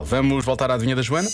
Vamos voltar à adivinha da Joana?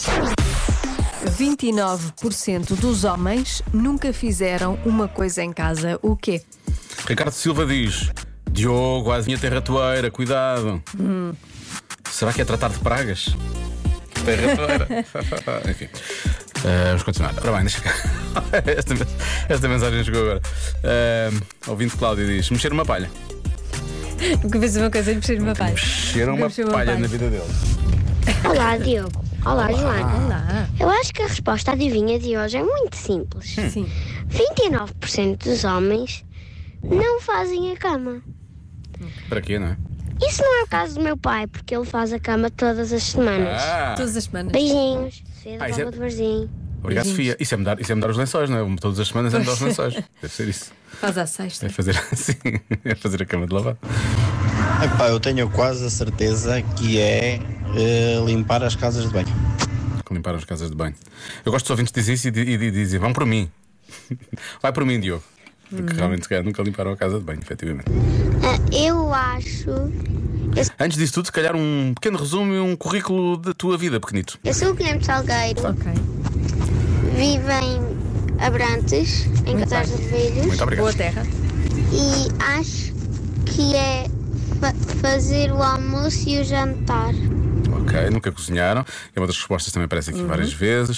29% dos homens nunca fizeram uma coisa em casa. O quê? Ricardo Silva diz: Diogo, a adivinha tem ratoeira, cuidado. Será que é tratar de pragas? Tem ratoeira. Enfim. Vamos continuar. Ora bem, deixa cá. Esta mensagem chegou agora. Ouvinte Cláudio diz: mexer uma palha. Nunca fez uma coisa de mexer uma palha. Mexer uma palha na vida dele. Olá, Diogo. Olá, Joana. Olá. Eu acho que a resposta à adivinha de hoje é muito simples. Sim. 29% dos homens não fazem a cama. Para quê, não é? Isso não é o caso do meu pai, porque ele faz a cama todas as semanas. Todas as semanas. Beijinhos. Sofia da isso é- Palma de Varzim. Obrigado, Sofia. Isso é mudar os lençóis, não é? Todas as semanas é mudar os lençóis. Deve ser isso. Faz à sexta. É fazer assim. É fazer a cama de lavar. Epá, eu tenho quase a certeza que é limpar as casas de banho. Limpar as casas de banho. Eu gosto dos ouvintes que dizem isso e dizem: vão por mim. Vai por mim, Diogo. Porque realmente nunca limparam a casa de banho, efetivamente. Eu acho. Antes disso tudo, se calhar um pequeno resumo e um currículo da tua vida, pequenito. Eu sou o Guilherme Salgueiro. Ok. Vivo em Abrantes, em Casais de Velhos. Muito obrigado. Boa terra. E acho que é fazer o almoço e o jantar. Ok, nunca cozinharam. É uma das respostas também aparece aqui várias vezes.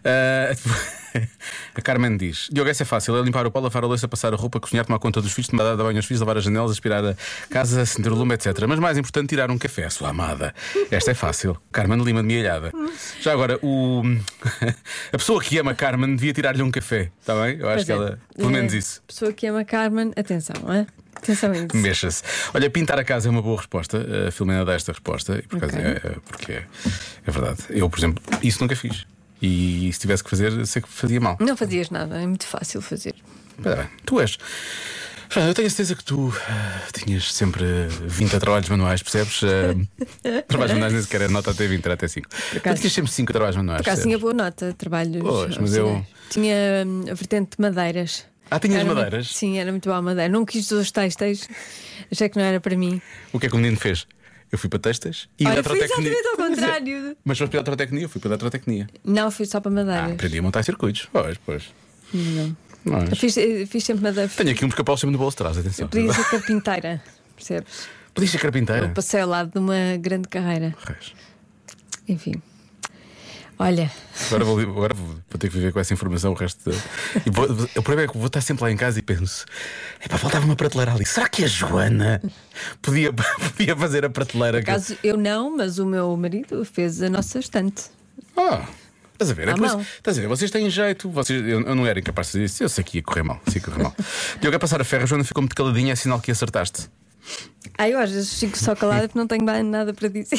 A Carmen diz: Diogo, essa é fácil, é limpar o pó, lavar a louça, passar a roupa, cozinhar, tomar conta dos filhos, tomar banho aos filhos, lavar as janelas, aspirar a casa, acender o lume, etc. Mas mais importante, tirar um café à sua amada. Esta é fácil. Carmen Lima de Mialhada. Já agora, a pessoa que ama Carmen devia tirar-lhe um café, está bem? Eu acho que ela, pelo menos isso. Pessoa que ama Carmen, atenção, não é? Atenção a isso. Mexa-se. Olha, pintar a casa é uma boa resposta. A Filomena dá esta resposta e por acaso porque é verdade. Eu, por exemplo, isso nunca fiz. E se tivesse que fazer, sei que fazia mal. Não fazias nada, é muito fácil fazer. Mas, bem, tu és. Eu tenho a certeza que tu tinhas sempre 20 trabalhos manuais, percebes? Trabalhos manuais nem sequer era nota até 20, era até 5. Tu tinhas sempre 5 trabalhos manuais. Por acaso tinha boa nota, trabalhos. Pois, mas eu. Tinha a vertente de madeiras. Tinhas Era madeiras? Sim, era muito boa a madeira. Não quis os têxteis, achei que não era para mim. O que é que o menino fez? Eu fui para textas e Olha, fui eletrotecnia. exatamente ao contrário. Mas foste para a eletrotecnia, eu fui para a eletrotecnia. Não, fui só para madeiras. Aprendi a montar circuitos. Pois. Não. Mas... Fiz sempre madeira. Tenho aqui um pica-pau sempre no bolso de trás, atenção. Podia ser carpinteira, percebes? Podias ser carpinteira. Eu passei ao lado de uma grande carreira. Reis. Enfim. Olha. Agora vou ter que viver com essa informação o resto o problema é que vou estar sempre lá em casa e penso: faltava uma prateleira ali. Será que a Joana podia fazer a prateleira? Por acaso eu não, mas o meu marido fez a nossa estante. Estás a ver? Estás a ver? Vocês têm jeito. Eu não era incapaz de fazer isso. Eu sei que ia correr mal. Diogo, a passar a ferro, a Joana ficou muito caladinha, é sinal que acertaste. Eu às vezes fico só calada porque não tenho nada para dizer.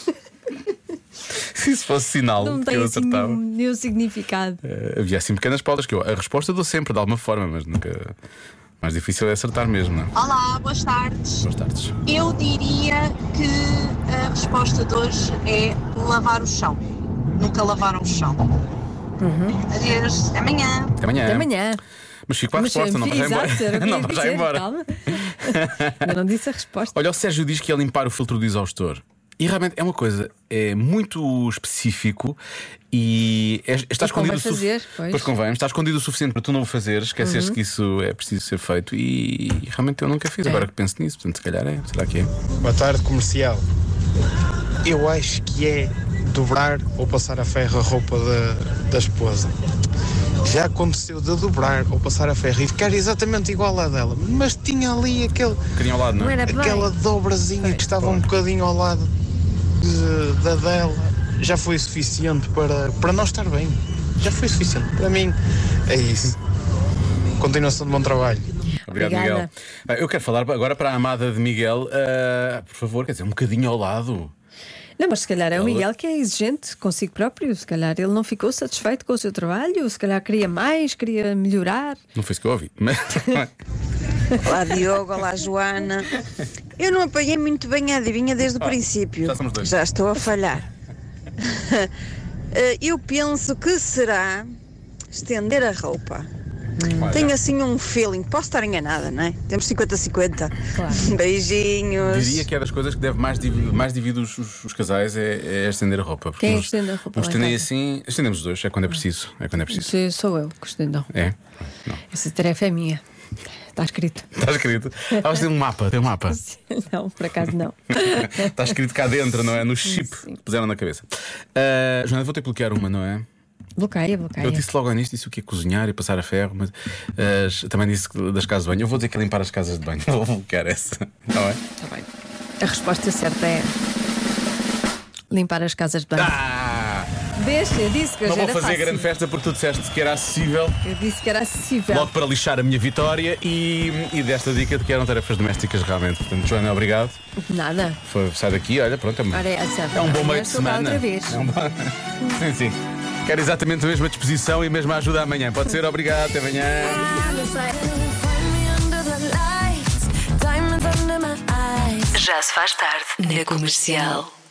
Se isso fosse sinal não que tem eu assim acertava. nenhum significado. Havia assim pequenas pautas que a resposta eu dou sempre, de alguma forma, mas nunca. Mais difícil é acertar mesmo, não é? Olá, boas tardes. Boas tardes. Eu diria que a resposta de hoje é lavar o chão. Nunca lavaram o chão. Adeus, até amanhã. Até amanhã. Mas fico para a resposta, não vais já embora. Não vais já embora. Calma. Eu não disse a resposta. Olha, o Sérgio diz que é limpar o filtro do exaustor. E realmente é uma coisa, é muito específico e está escondido o suficiente. Pois convém, está escondido o suficiente para tu não o fazeres, esqueceres que isso é preciso ser feito e realmente eu nunca fiz. Agora que penso nisso, portanto, se calhar é. Será que é? Boa tarde, comercial. Eu acho que é dobrar ou passar a ferro a roupa da esposa. Já aconteceu de dobrar ou passar a ferro e ficar exatamente igual à dela, mas tinha ali aquele. Um bocadinho ao lado, não é? Aquela dobrazinha que estava um bocadinho ao lado da dela. Já foi suficiente para não estar bem. Já foi suficiente. Para mim, é isso. Continuação de bom trabalho. Obrigado, Miguel. Eu quero falar agora para a amada de Miguel. Por favor, quer dizer, um bocadinho ao lado. Não, mas se calhar é o Miguel que é exigente consigo próprio. Se calhar ele não ficou satisfeito com o seu trabalho. Se calhar queria mais, queria melhorar. Não foi isso que eu ouvi. Olá Diogo, olá Joana. Eu não apanhei muito bem a adivinha desde o princípio. Já somos dois. Já estou a falhar. Eu penso que será estender a roupa. Tenho assim um feeling, posso estar enganada, não é? Temos 50-50. Claro. Beijinhos. Diria que é das coisas que deve mais dividir os casais é estender a roupa. Porque Quem é que uns estende a roupa lá em estendem casa? assim, estendemos os dois, é quando é preciso. Sou eu que estendo. É? Não. Essa tarefa é minha. Está escrito. Está escrito. Mas tem um mapa, Não, por acaso não. Está escrito cá dentro, não é? No chip que puseram na cabeça. Joana, vou ter que bloquear uma, não é? Bloqueia. Eu disse logo ao início, disse o que é cozinhar e passar a ferro, mas também disse das casas de banho. Eu vou dizer que é limpar as casas de banho. Vou bloquear essa, não é? Está bem. A resposta certa é limpar as casas de banho. Deixa, eu disse que Não hoje vou era fazer fácil. grande festa porque tu disseste que era acessível. Eu disse que era acessível. Logo para lixar a minha vitória e desta dica de que eram tarefas domésticas realmente. Portanto, Joana, obrigado. Nada. Sai daqui, olha, pronto. Ora, essa, É um bom amanhã meio de estou cá semana. outra vez. É um bom... Sim. Quero exatamente a mesma disposição e a mesma ajuda amanhã. Pode ser? Obrigado, até amanhã. Já se faz tarde na Comercial.